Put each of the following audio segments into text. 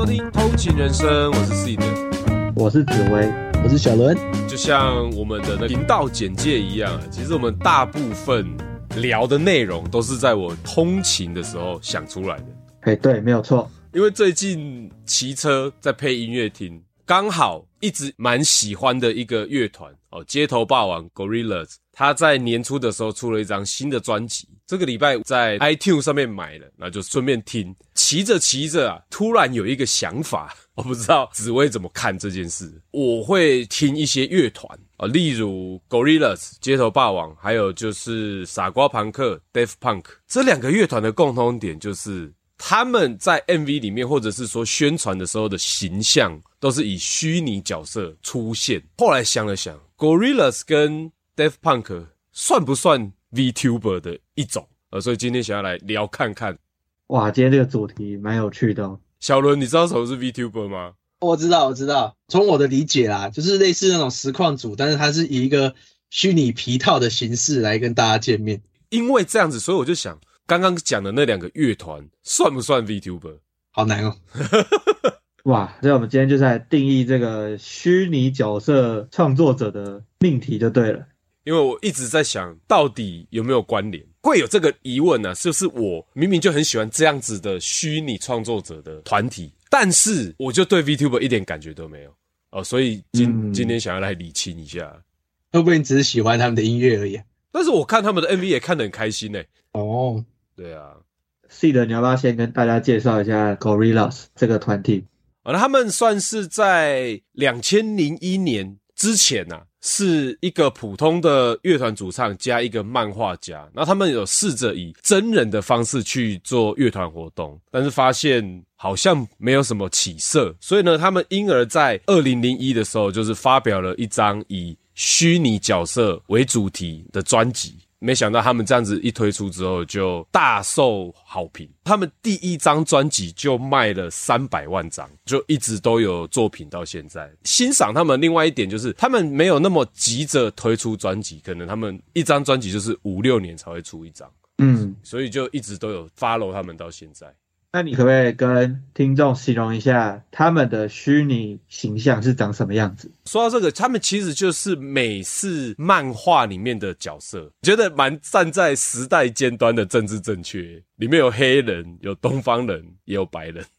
听《偷情人生》，我是 Seed， 我是紫薇， 我是小伦。 就像我们的那频道简介一样，其实我们大部分聊的内容都是在我通勤的时候想出来的。 对，没有错。 因为最近骑车在配音乐听，刚好一直蛮喜欢的一个乐团街头霸王 Gorillaz， 他在年初的时候出了一张新的专辑，这个礼拜在 iTunes 上面买了，那就顺便听。骑着啊，突然有一个想法，我不知道紫薇怎么看这件事。我会听一些乐团例如 Gorillaz 街头霸王，还有就是傻瓜朋克 Daft Punk， 这两个乐团的共同点就是他们在 MV 里面或者是说宣传的时候的形象都是以虚拟角色出现。后来想了想， Gorillaz 跟 Daft Punk 算不算 VTuber 的一种所以今天想要来聊看看。 哇，今天这个主题蛮有趣的哦。 小伦，你知道什么是 VTuber 吗？ 我知道。从我的理解啦，就是类似那种实况组，但是它是以一个虚拟皮套的形式来跟大家见面。 因为这样子，所以我就想刚刚讲的那两个乐团算不算 VTuber？ 好难哦。 哇，所以我们今天就是来定义这个虚拟角色创作者的命题就对了。 因为我一直在想到底有没有关联，会有这个疑问啊，是不是我明明就很喜欢这样子的虚拟创作者的团体，但是我就对 VTuber 一点感觉都没有所以今天想要来理清一下。 会不会你只是喜欢他们的音乐而已但是我看他们的 MV 也看得很开心哦。 对啊。 Seed，你要不要先跟大家介绍一下 Gorillaz 这个团体？ 那他们算是在2001年之前是一个普通的乐团主唱加一个漫画家，然后他们有试着以真人的方式去做乐团活动，但是发现好像没有什么起色，所以呢他们因而在2001的时候就是发表了一张以虚拟角色为主题的专辑。没想到他们这样子一推出之后就大受好评，他们第一张专辑就卖了300万张，就一直都有作品到现在。欣赏他们另外一点就是他们没有那么急着推出专辑，可能他们一张专辑就是5-6年才会出一张，所以就一直都有 follow 他们到现在。 那你可不可以跟听众形容一下他们的虚拟形象是长什么样子？ 说到这个，他们其实就是美式漫画里面的角色，觉得蛮站在时代尖端的政治正确，里面有黑人，有东方人，也有白人。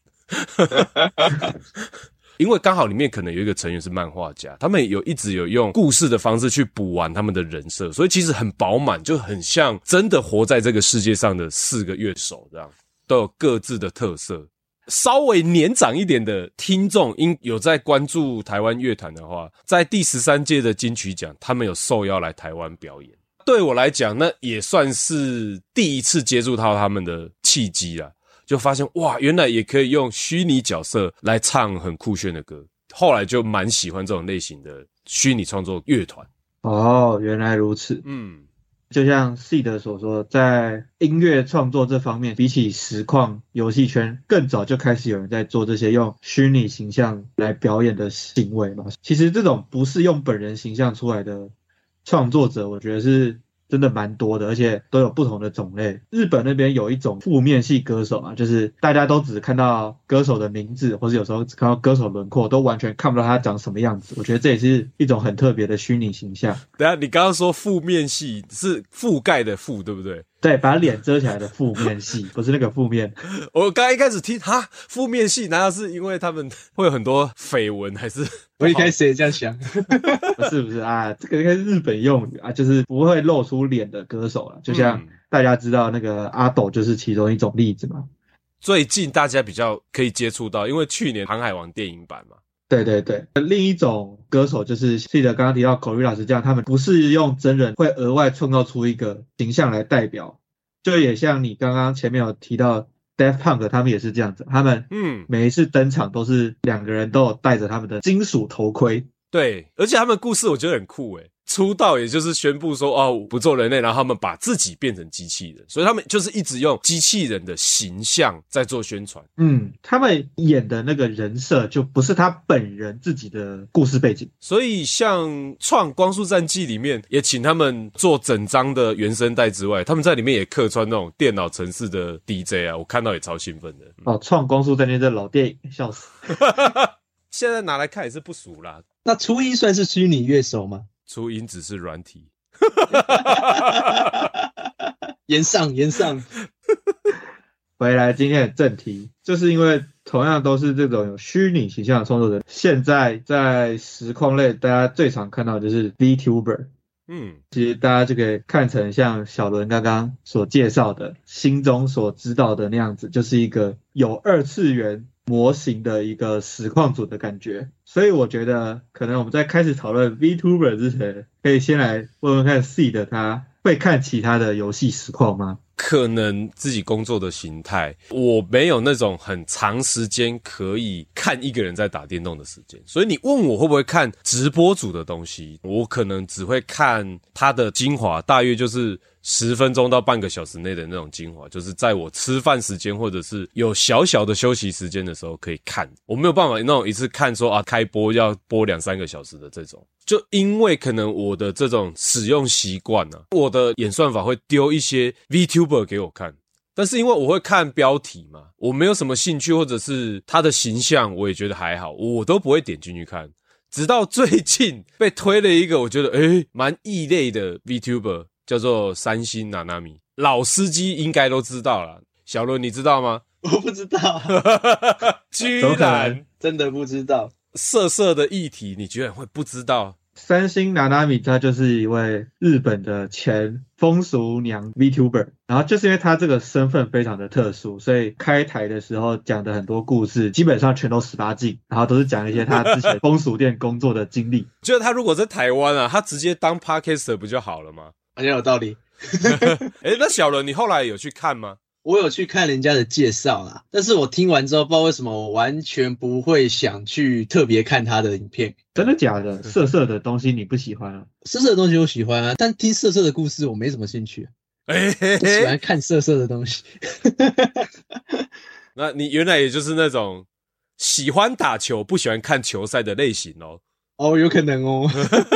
因为刚好里面可能有一个成员是漫画家，他们一直有用故事的方式去补完他们的人设，所以其实很饱满，就很像真的活在这个世界上的4个乐手这样，都有各自的特色。稍微年长一点的听众有在关注台湾乐坛的话，在第13届的金曲奖他们有受邀来台湾表演，对我来讲那也算是第一次接触到他们的契机啦，就发现哇，原来也可以用虚拟角色来唱很酷炫的歌，后来就蛮喜欢这种类型的虚拟创作乐团。 哦，原来如此。就像 Seed 所说，在音乐创作这方面，比起实况游戏圈，更早就开始有人在做这些用虚拟形象来表演的行为嘛。其实这种不是用本人形象出来的创作者，我觉得是真的蛮多的，而且都有不同的种类。日本那边有一种负面系歌手就是大家都只看到歌手的名字，或者有时候只看到歌手轮廓，都完全看不到他长什么样子。我觉得这也是一种很特别的虚拟形象。 等一下，你刚刚说负面系是覆盖的覆，对不对？ 对，把脸遮起来的负面系，不是那个负面。 我刚刚一开始听负面系难道是因为他们会有很多绯闻，还是我一开始也这样想。 不是啊，这个应该是日本用语啊，就是不会露出脸的歌手啦，就像大家知道那个阿斗就是其中一种例子嘛。 最近大家比较可以接触到，因为去年航海王电影版嘛。 对，另一种歌手就是记得刚刚提到 Gorillaz 这样，他们不是用真人，会额外创造出一个形象来代表，就也像你刚刚前面有提到 Daft Punk 他们也是这样子，他们每一次登场都是2个人都有戴着他们的金属头盔， 对，而且他们故事我觉得很酷诶，出道也就是宣布说哦不做人类，然后他们把自己变成机器人，所以他们就是一直用机器人的形象在做宣传。 他们演的那个人设就不是他本人自己的故事背景， 所以像创光速战记里面也请他们做整张的原声带之外，他们在里面也客串那种电脑程式的 DJ 啊，我看到也超兴奋的。 创光速战记这老电影笑死。 现在拿来看也是不俗啦。 那初音算是虚拟乐手吗？ 初音只是软体。 言上。 回来今天的正题，就是因为同样都是这种有虚拟形象的创作者，现在在实况类大家最常看到的就是 VTuber。其实大家就可以看成像小伦刚刚所介绍的，心中所知道的那样子，就是一个有二次元模型的一个实况组的感觉。所以我觉得可能我们在开始讨论 VTuber 之前，可以先来问问看 Seed 他会看其他的游戏实况吗？ 可能自己工作的形态，我没有那种很长时间可以看一个人在打电动的时间，所以你问我会不会看直播组的东西，我可能只会看他的精华，大约就是10分钟到半个小时内的那种精华，就是在我吃饭时间或者是有小小的休息时间的时候可以看。我没有办法那种一次看说啊开播要播2-3个小时的这种，就因为可能我的这种使用习惯啊，我的演算法会丢一些 VTuber 给我看，但是因为我会看标题嘛，我没有什么兴趣或者是他的形象我也觉得还好，我都不会点进去看。直到最近被推了一个我觉得蛮异类的 VTuber， 叫做三星娜娜米，老司机应该都知道啦。小伦你知道吗？ 我不知道。 居然真的不知道。 色色的议题你居然会不知道？ 三星娜娜米她就是一位日本的前风俗娘 VTuber， 然后就是因为她这个身份非常的特殊，所以开台的时候讲的很多故事基本上全都18禁，然后都是讲一些她之前风俗店工作的经历。 觉得她如果在台湾啊，她直接当 Podcaster 不就好了吗？ 好像有道理。 那小伦你后来有去看吗？ 我有去看人家的介绍啦，但是我听完之后不知道为什么我完全不会想去特别看他的影片。 真的假的？色色的东西你不喜欢啊？ 色色的东西我喜欢啊，但听色色的故事我没什么兴趣。我喜欢看色色的东西。 那你原来也就是那种喜欢打球不喜欢看球赛的类型哦。 哦，有可能哦。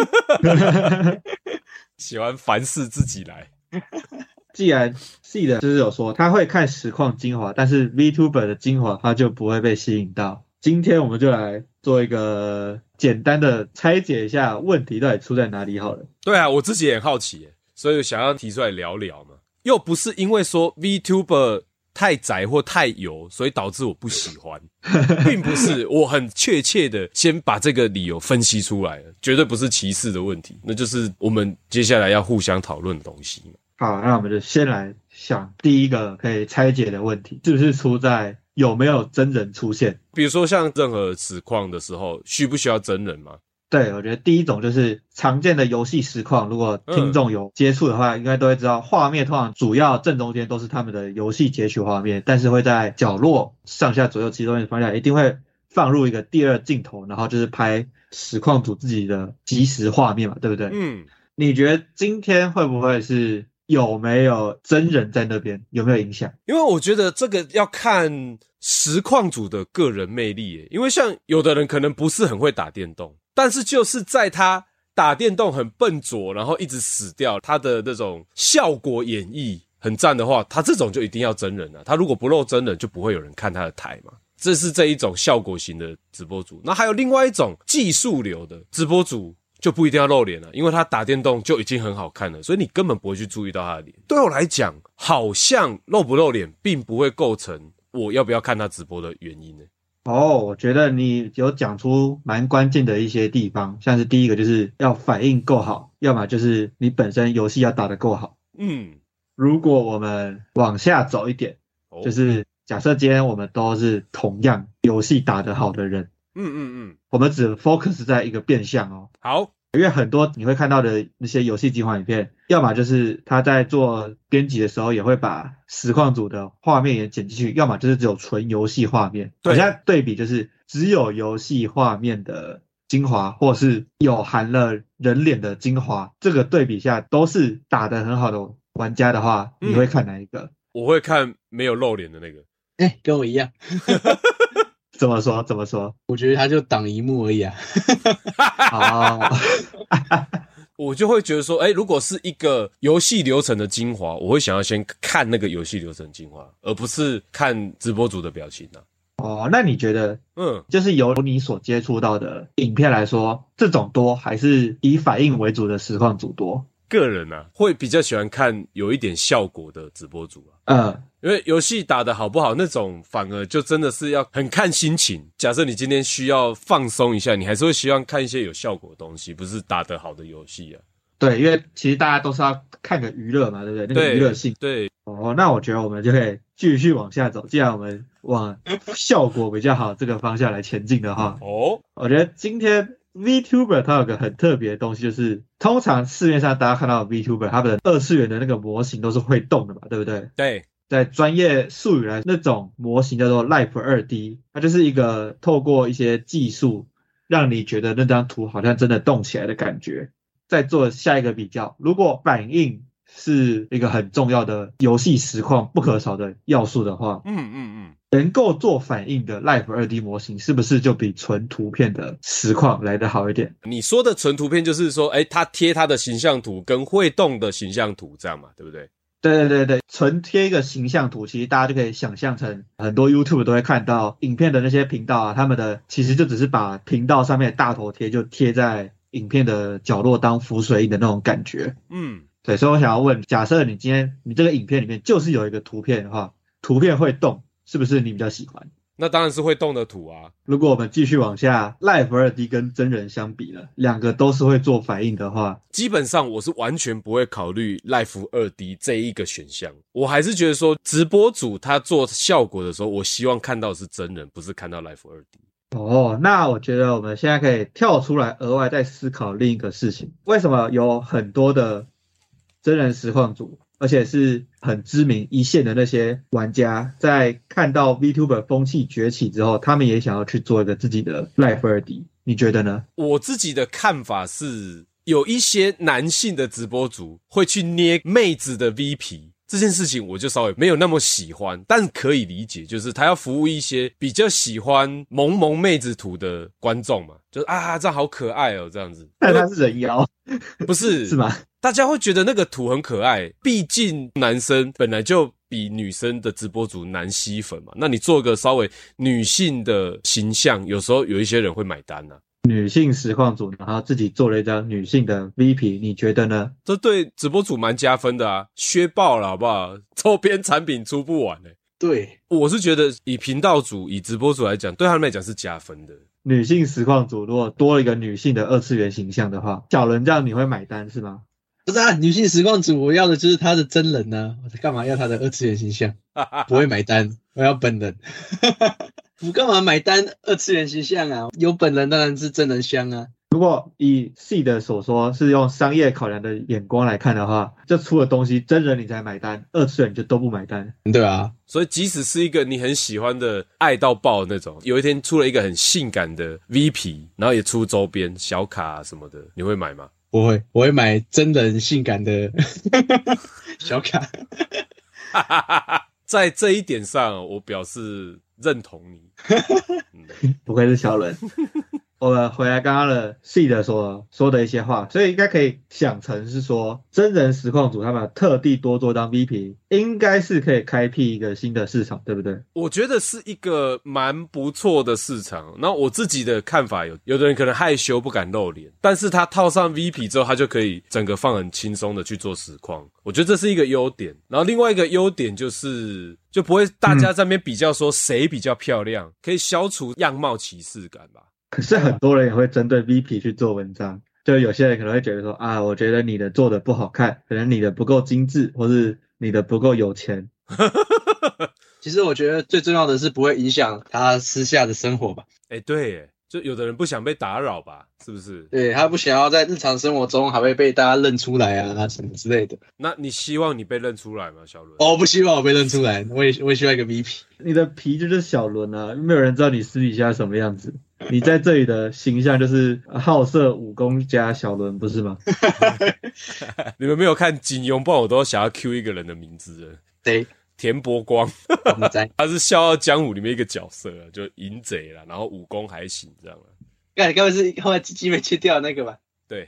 喜欢凡事自己来。 既然 Seed 就是有说他会看实况精华，但是 VTuber 的精华他就不会被吸引到。今天我们就来做一个简单的拆解一下问题到底出在哪里好了。 对啊，我自己也很好奇耶，所以想要提出来聊聊嘛。又不是因为说 VTuber 太宅或太油，所以导致我不喜欢，并不是，我很确切的先把这个理由分析出来了，绝对不是歧视的问题，那就是我们接下来要互相讨论的东西嘛。 好，那我们就先来想第一个可以拆解的问题，是不是出在有没有真人出现？ 比如说像任何实况的时候，需不需要真人吗？ 对，我觉得第一种就是常见的游戏实况，如果听众有接触的话，应该都会知道，画面通常主要正中间都是他们的游戏截取画面，但是会在角落上下左右其中一个方向一定会放入一个第二镜头，然后就是拍实况组自己的即时画面嘛，对不对？你觉得今天会不会是有没有真人在那边，有没有影响？ 因为我觉得这个要看实况组的个人魅力耶，因为像有的人可能不是很会打电动，但是就是在他打电动很笨拙，然后一直死掉，他的那种效果演绎很赞的话，他这种就一定要真人啊，他如果不露真人就不会有人看他的台嘛。这是这一种效果型的直播主。那还有另外一种技术流的直播主，就不一定要露脸了，因为他打电动就已经很好看了，所以你根本不会去注意到他的脸。对我来讲，好像露不露脸并不会构成我要不要看他直播的原因呢。 我觉得你有讲出蛮关键的一些地方，像是第一个就是要反应够好，要么就是你本身游戏要打得够好。如果我们往下走一点，就是假设今天我们都是同样游戏打得好的人，我们只 focus 在一个变项哦。 好， 因为很多你会看到的那些游戏精华影片，要么就是他在做编辑的时候也会把实况组的画面也剪进去，要么就是只有纯游戏画面。我现在对比就是只有游戏画面的精华，或是有含了人脸的精华，这个对比下都是打得很好的玩家的话，你会看哪一个？ 我会看没有露脸的那个。 跟我一样。 怎么说？ 我觉得他就挡一幕而已啊。 哦， 我就会觉得说，如果是一个游戏流程的精华，我会想要先看那个游戏流程精华，而不是看直播主的表情啊。 哦，那你觉得，就是由你所接触到的影片来说，这种多还是以反应为主的实况组多？ 个人啊，会比较喜欢看有一点效果的直播主啊。因为游戏打得好不好那种，反而就真的是要很看心情。假设你今天需要放松一下，你还是会希望看一些有效果的东西，不是打得好的游戏啊。 对，因为其实大家都是要看个娱乐嘛，对不对？那个娱乐性。 对。 哦，那我觉得我们就可以继续往下走。既然我们往效果比较好这个方向来前进的话，我觉得今天 VTuber 它有个很特别的东西，就是通常市面上大家看到的 VTuber 他们的二次元的那个模型都是会动的嘛，对不对？ 对。 在专业术语来，那种模型叫做 Live 2D， 它就是一个透过一些技术让你觉得那张图好像真的动起来的感觉。再做下一个比较，如果反应是一个很重要的游戏实况不可少的要素的话，能够做反应的 Live 2D 模型是不是就比纯图片的实况来得好一点？ 你说的纯图片就是说，他贴他的形象图跟会动的形象图这样嘛，对不对？ 对，纯贴一个形象图，其实大家就可以想象成很多 YouTube 都会看到影片的那些频道啊，他们的其实就只是把频道上面的大头贴就贴在影片的角落当浮水印的那种感觉。对，所以我想要问，假设你今天你这个影片里面就是有一个图片的话，图片会动，是不是你比较喜欢？ 那当然是会动的图啊。 如果我们继续往下 Live 2D 跟真人相比了，两个都是会做反应的话， 基本上我是完全不会考虑 Live 2D 这一个选项。我还是觉得说直播主他做效果的时候，我希望看到的是真人，不是看到 Live 2D。 哦，那我觉得我们现在可以跳出来额外再思考另一个事情，为什么有很多的真人实况组，而且是很知名一线的那些玩家，在看到 VTuber 风气崛起之后，他们也想要去做一个自己的 Live 2D， 你觉得呢？ 我自己的看法是，有一些男性的直播主会去捏妹子的 V 皮，这件事情我就稍微没有那么喜欢，但可以理解，就是他要服务一些比较喜欢萌萌妹子图的观众嘛，就是这样好可爱哦，这样子。 但他是人妖， 不是是吗？ 大家会觉得那个图很可爱，毕竟男生本来就比女生的直播主难吸粉嘛，那你做个稍微女性的形象，有时候有一些人会买单啊。 女性实况组，然后自己做了一张女性的 V 皮，你觉得呢？ 这对直播主蛮加分的啊，削爆了好不好？周边产品出不完对， 我是觉得以频道主、以直播主来讲，对他们来讲是加分的。 女性实况组如果多了一个女性的二次元形象的话，小人这样你会买单是吗？ 不是啊，女性实况组我要的就是她的真人啊，我干嘛要她的二次元形象？不会买单，我要本人。我干嘛买单二次元形象啊？有本人当然是真人香啊。 如果以 Seed 所说是用商业考量的眼光来看的话，这出的东西真人你才买单，二次元你就都不买单。 对啊， 所以即使是一个你很喜欢的爱到爆的那种，有一天出了一个很性感的 V 皮，然后也出周边小卡什么的，你会买吗？ 不会，我会买真人性感的小卡。 在这一点上，我表示认同你。 不愧是小人。我们回来刚刚的 Seed 所说的一些话，所以应该可以想成是说，真人实况组他们特地多做张 V 皮，应该是可以开辟一个新的市场，对不对？ 我觉得是一个蛮不错的市场。那我自己的看法有的人可能害羞不敢露脸，但是他套上 V 皮之后，他就可以整个放很轻松的去做实况。我觉得这是一个优点。然后另外一个优点就是就不会大家在那边比较说谁比较漂亮，可以消除样貌歧视感吧。 可是很多人也会针对 V 皮去做文章，就有些人可能会觉得说我觉得你的做的不好看，可能你的不够精致，或是你的不够有钱。 其实我觉得最重要的是不会影响他私下的生活吧。 对耶， 就有的人不想被打扰吧，是不是？ 对，他不想要在日常生活中还会被大家认出来啊什么之类的。 那你希望你被认出来吗，小伦？ 哦，不希望我被认出来，我也希望一个 VP。 你的皮就是小伦啊，没有人知道你私底下什么样子。你在这里的形象就是好色武功加小伦，不是吗？ 你们没有看金庸，不然我都想要 Q 一个人的名字了。 对， 田伯光，他是《笑傲江湖》里面一个角色，就淫贼啦，然后武功还行这样。 该不会是后来鸡鸡被切掉的那个吧？ 对，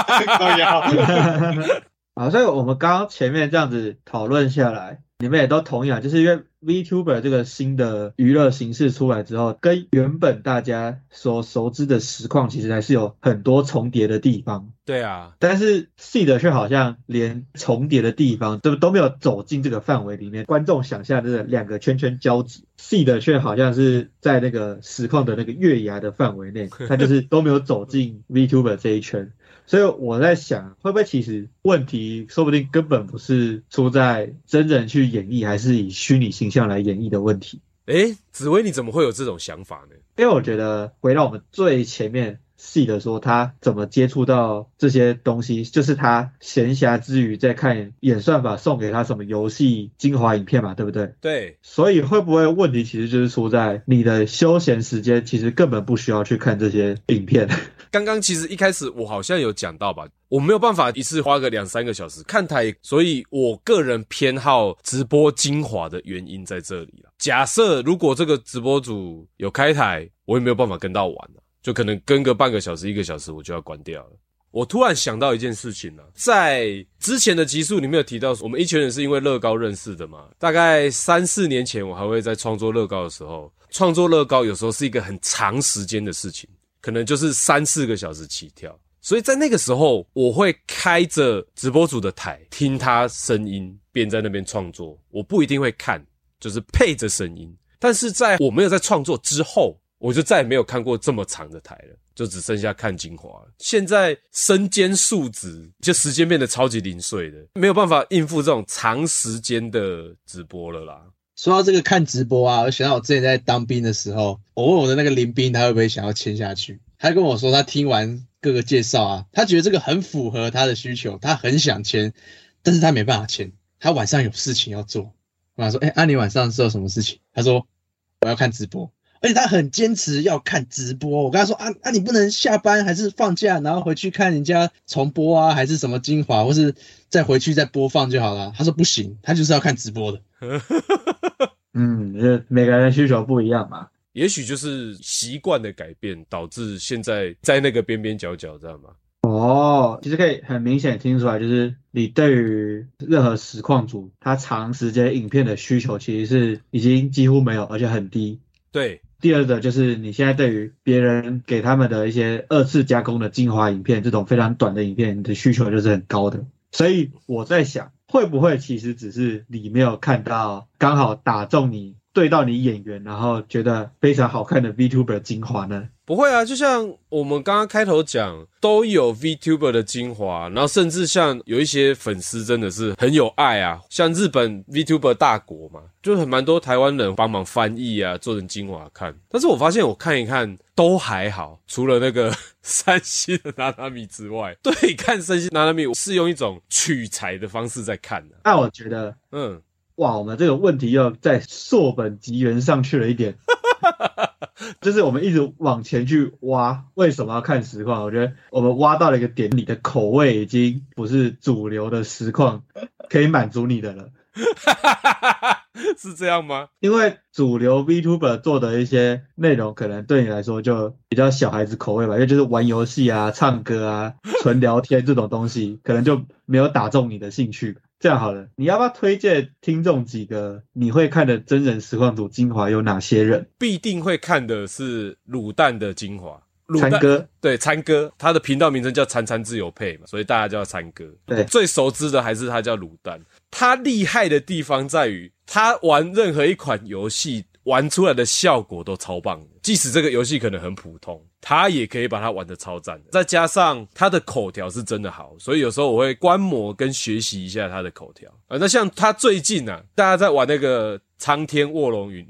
好，所以我们刚刚前面这样子讨论下来，你们也都同意啊，就是因为 VTuber 这个新的娱乐形式出来之后，跟原本大家所熟知的实况其实还是有很多重叠的地方。 对啊， 但是 Seed 却好像连重叠的地方都没有走进这个范围里面，观众想象的两个圈圈交集，Seed 却好像是在那个实况的那个月牙的范围内，它就是都没有走进 VTuber 这一圈。所以我在想，会不会其实问题说不定根本不是出在真人去演绎，还是以虚拟形象来演绎的问题。 紫薇你怎么会有这种想法呢？ 因为我觉得回到我们最前面细的说，他怎么接触到这些东西，就是他闲暇之余在看演算法送给他什么游戏精华影片嘛，对不对？ 对， 所以会不会问题其实就是出在你的休闲时间其实根本不需要去看这些影片。 刚刚其实一开始我好像有讲到吧，我没有办法一次花个2-3个小时看台，所以我个人偏好直播精华的原因在这里啦。假设如果这个直播主有开台，我也没有办法跟到晚啦，就可能跟个半个小时1个小时我就要关掉了。我突然想到一件事情啊，在之前的集数里面有提到我们一群人是因为乐高认识的嘛，大概3-4年前我还会在创作乐高的时候，创作乐高有时候是一个很长时间的事情，可能就是3-4个小时起跳，所以在那个时候我会开着直播主的台听他声音边在那边创作，我不一定会看，就是配着声音。但是在我没有在创作之后，我就再也没有看过这么长的台了，就只剩下看精华了。现在身兼数职，就时间变得超级零碎的，没有办法应付这种长时间的直播了啦。 说到这个看直播啊，我想到我之前在当兵的时候，我问我的那个林兵他会不会想要签下去，他跟我说他听完各个介绍啊，他觉得这个很符合他的需求，他很想签，但是他没办法签，他晚上有事情要做。我想说你晚上是有什么事情？他说我要看直播，而且他很坚持要看直播。我跟他说你不能下班还是放假然后回去看人家重播啊，还是什么精华，或是再回去再播放就好了。他说不行，他就是要看直播的。 每个人的需求不一样嘛， 也许就是习惯的改变导致现在在那个边边角角，知道吗？ 其实可以很明显听出来，就是你对于任何实况主他长时间影片的需求其实是已经几乎没有，而且很低。 对， 第二个就是你现在对于别人给他们的一些2次加工的精华影片，这种非常短的影片，你的需求就是很高的。所以我在想，会不会其实只是你没有看到刚好打中你对到你眼缘，然后觉得非常好看的 VTuber 精华呢？ 不会啊，就像我们刚刚开头讲，都有 VTuber 的精华，然后甚至像有一些粉丝真的是很有爱啊，像日本 VTuber 大国嘛，就很蛮多台湾人帮忙翻译啊，做成精华看。但是我发现我看一看都还好，除了那个山西的娜娜米之外，对，看山西娜娜米我是用一种取材的方式在看的。 那我觉得，哇，我们这个问题又再溯本及源上去了一点。就是我们一直往前去挖，为什么要看实况？我觉得我们挖到了一个点，你的口味已经不是主流的实况可以满足你的了。 是这样吗？ 因为主流 VTuber 做的一些内容可能对你来说就比较小孩子口味吧，因为就是玩游戏啊、唱歌啊、纯聊天这种东西，可能就没有打中你的兴趣。这样好了，你要不要推荐听众几个你会看的真人实况组精华有哪些人？ 必定会看的是卤蛋的精华， 参哥， 对，参哥，他的频道名称叫参参自由配嘛，所以大家叫参哥。 对， 最熟知的还是他叫卤蛋。他厉害的地方在于，他玩任何一款游戏玩出来的效果都超棒的，即使这个游戏可能很普通，他也可以把它玩得超赞的。再加上他的口条是真的好，所以有时候我会观摩跟学习一下他的口条。那像他最近啊，大家在玩那个苍天卧龙陨落，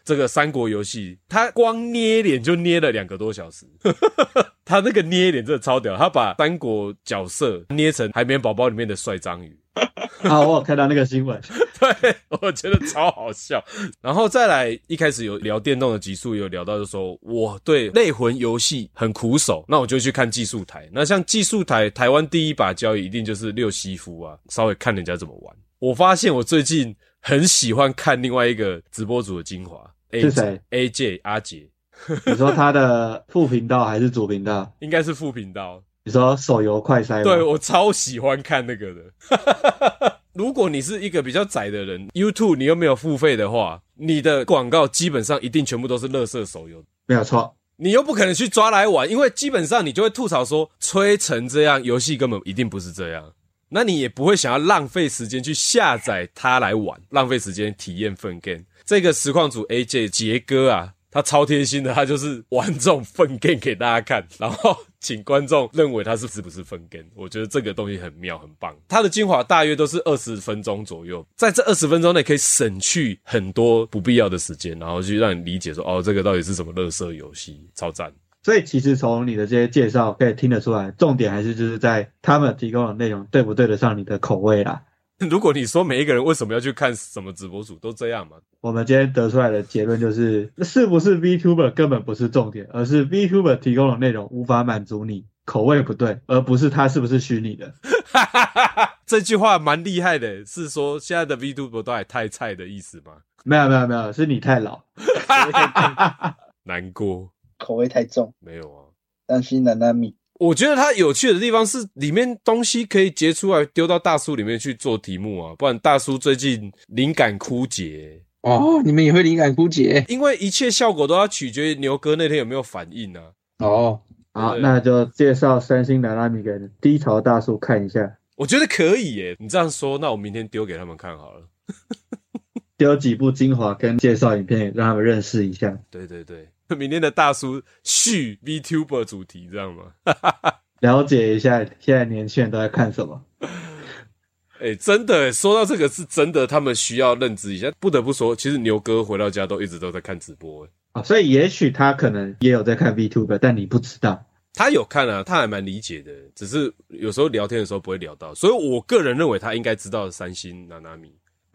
这个三国游戏，他光捏脸就捏了2个多小时。他那个捏脸真的超屌，他把三国角色捏成海绵宝宝里面的帅章鱼。 啊，我有看到那个新闻。 对，我觉得超好笑。然后再来，一开始有聊电动的集数，有聊到就说我对类魂游戏很苦手，那我就去看技术台。那像技术台，台湾第一把交椅一定就是六西夫啊，稍微看人家怎么玩。我发现我最近很喜欢看另外一个直播主的精华， 是谁 ？AJ 阿杰。 你说他的副频道还是主频道？ 应该是副频道。 你说手游快筛吗？ 对，我超喜欢看那个的。如果你是一个比较窄的人 ，YouTube 你又没有付费的话，你的广告基本上一定全部都是垃圾手游。 没有错。 你又不可能去抓来玩，因为基本上你就会吐槽说，吹成这样，游戏根本一定不是这样。那你也不会想要浪费时间去下载它来玩，浪费时间体验粪 game。这个实况主 AJ 杰哥啊，他超贴心的，他就是玩这种粪 game 给大家看，然后请观众认为他是不是粪 game。我觉得这个东西很妙很棒。他的精华大约都是20分钟左右，在这20分钟内可以省去很多不必要的时间，然后去让你理解说，哦，这个到底是什么垃圾游戏，超赞。 所以其实从你的这些介绍可以听得出来，重点还是就是在他们提供的内容对不对得上你的口味啦。 如果你说每一个人为什么要去看什么直播主都这样嘛， 我们今天得出来的结论就是，是不是 VTuber 根本不是重点，而是 VTuber 提供的内容无法满足你，口味不对，而不是他是不是虚拟的。 这句话蛮厉害的，是说现在的 VTuber 都还太菜的意思吗？ 没有，是你太老。 难过， 口味太重。 没有啊， 担心南南米。 我觉得它有趣的地方是里面东西可以截出来丢到大叔里面去做题目啊，不然大叔最近灵感枯竭。 哦，你们也会灵感枯竭？ 因为一切效果都要取决于牛哥那天有没有反应啊。 哦， 好，那就介绍三星南拉米给低潮大叔看一下。 我觉得可以耶，你这样说，那我明天丢给他们看好了。 丢几部精华跟介绍影片让他们认识一下。 对对对，明天的大叔续 VTuber 主题，这样吗？ 了解一下现在年轻人都在看什么。 真的说到这个是真的，他们需要认知一下。不得不说，其实牛哥回到家都一直都在看直播。 所以也许他可能也有在看 VTuber， 但你不知道。 他有看啊，他还蛮理解的，只是有时候聊天的时候不会聊到，所以我个人认为他应该知道三星娜娜米。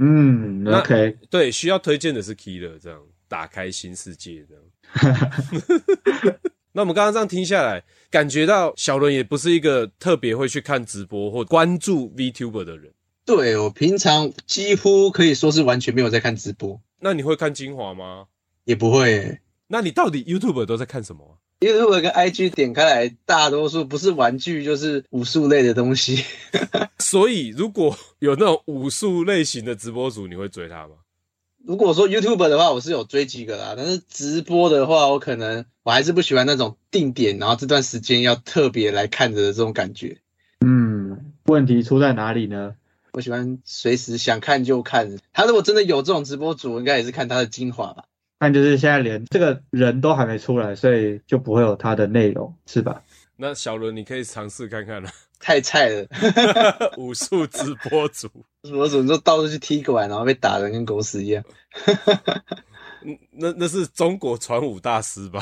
OK， 对，需要推荐的是 Killer， 这样打开新世界这样。那我们刚刚这样听下来，感觉到小伦也不是一个特别会去看直播或关注 VTuber 的人。 对，我平常几乎可以说是完全没有在看直播。 那你会看精华吗？ 也不会耶。 那你到底 YouTuber 都在看什么 ？YouTube 跟 IG 点开来，大多数不是玩具就是武术类的东西。 所以如果有那种武术类型的直播主，你会追他吗？ 如果说 YouTuber 的话，我是有追几个啦，但是直播的话，我还是不喜欢那种定点，然后这段时间要特别来看着的这种感觉。 问题出在哪里呢？ 我喜欢随时想看就看。他如果真的有这种直播主，应该也是看他的精华吧。 但就是现在连这个人都还没出来，所以就不会有他的内容，是吧？ 那小伦你可以尝试看看啦。 太菜了。 武术直播主， 直播主就到处去踢馆，然后被打得跟狗屎一样。 那是中国传武大师吧？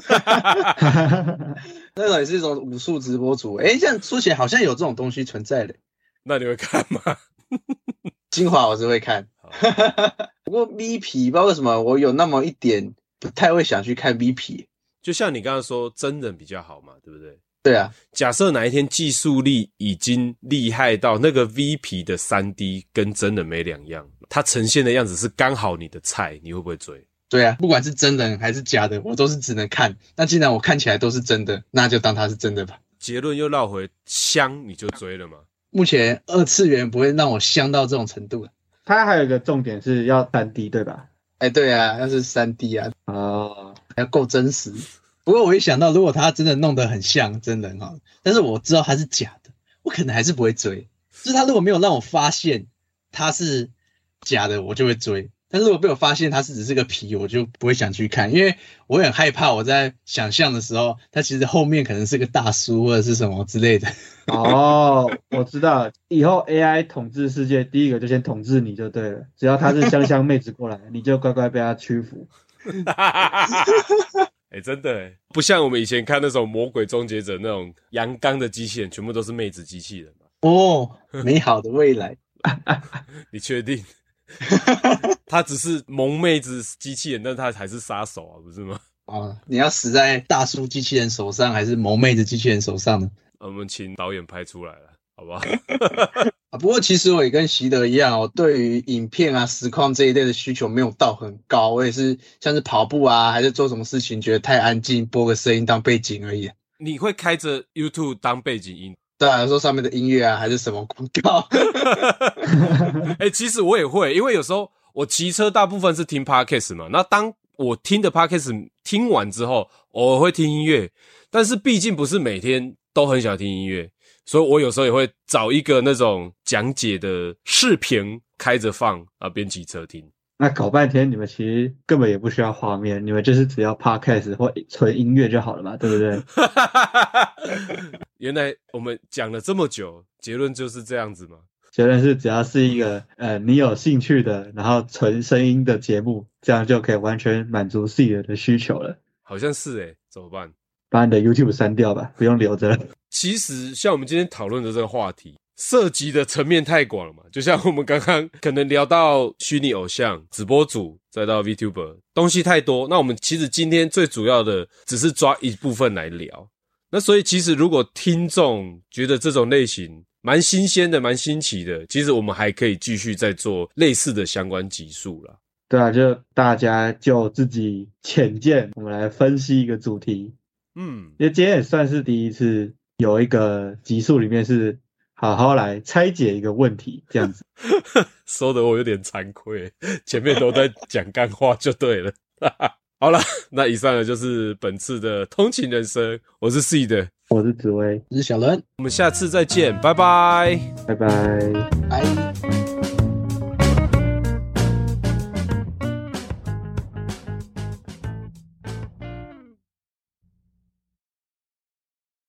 那种也是一种武术直播主。这样说起来好像有这种东西存在的。 那你会看吗？ 精华我是会看。不过 VP 不知道为什么我有那么一点不太会想去看 VP。 就像你刚刚说真人比较好嘛，对不对？ 对啊。 假设哪一天技术力已经厉害到那个 VP 的 3D 跟真人没两样，它呈现的样子是刚好你的菜，你会不会追？ 对啊，不管是真人还是假的，我都是只能看。那既然我看起来都是真的，那就当它是真的吧。 结论又绕回香，你就追了吗？ 目前二次元不会让我香到这种程度。 它还有一个重点是要 3D 对吧？ 对啊，要是 3D 啊。要够真实。不过我一想到如果他真的弄得很像真人但是我知道他是假的，我可能还是不会追。就是他如果没有让我发现他是假的，我就会追。但是如果被我发现他是只是个皮，我就不会想去看，因为我很害怕我在想象的时候，他其实后面可能是个大叔或者是什么之类的。 我知道，以后 AI 统治世界，第一个就先统治你就对了。只要他是香香妹子过来，你就乖乖被他屈服。 真的不像我们以前看那种魔鬼终结者那种阳刚的机器人，全部都是妹子机器人嘛。 哦，美好的未来。 你确定？他只是萌妹子机器人，但他还是杀手啊，不是吗？ 你要死在大叔机器人手上，还是萌妹子机器人手上呢？ 我们请导演拍出来了，好不好？ 不过其实我也跟习德一样对于影片啊、实况这一类的需求没有到很高，我也是像是跑步啊，还是做什么事情觉得太安静，播个声音当背景而已。 你会开着 YouTube 当背景音？ 对啊，有时候上面的音乐啊，还是什么广告。 其实我也会，因为有时候我骑车大部分是听 Podcast 嘛，那当我听的 Podcast 听完之后，偶尔会听音乐，但是毕竟不是每天都很想听音乐，所以我有时候也会找一个那种讲解的视频开着放啊，边骑车听。 那搞半天，你们其实根本也不需要画面，你们就是只要 podcast 或纯音乐就好了嘛，对不对？ 原来我们讲了这么久，结论就是这样子吗？ 结论是只要是一个你有兴趣的，然后纯声音的节目，这样就可以完全满足 Seed 的需求了。 好像是怎么办？ 把你的 YouTube 删掉吧，不用留着了。 其实像我们今天讨论的这个话题，涉及的层面太广了嘛，就像我们刚刚可能聊到虚拟偶像、直播主，再到 VTuber， 东西太多。那我们其实今天最主要的只是抓一部分来聊。那所以其实如果听众觉得这种类型蛮新鲜的、蛮新奇的，其实我们还可以继续再做类似的相关集数啦。 对啊，就大家就自己浅见，我们来分析一个主题。因为今天也算是第一次有一个集数里面是好好来拆解一个问题这样子。 说得我有点惭愧，前面都在讲干话就对了。好了，那以上呢就是本次的通勤人生，我是 Seed， 我是紫薇， 我是小人， 我们下次再见，拜拜， 拜拜， 拜。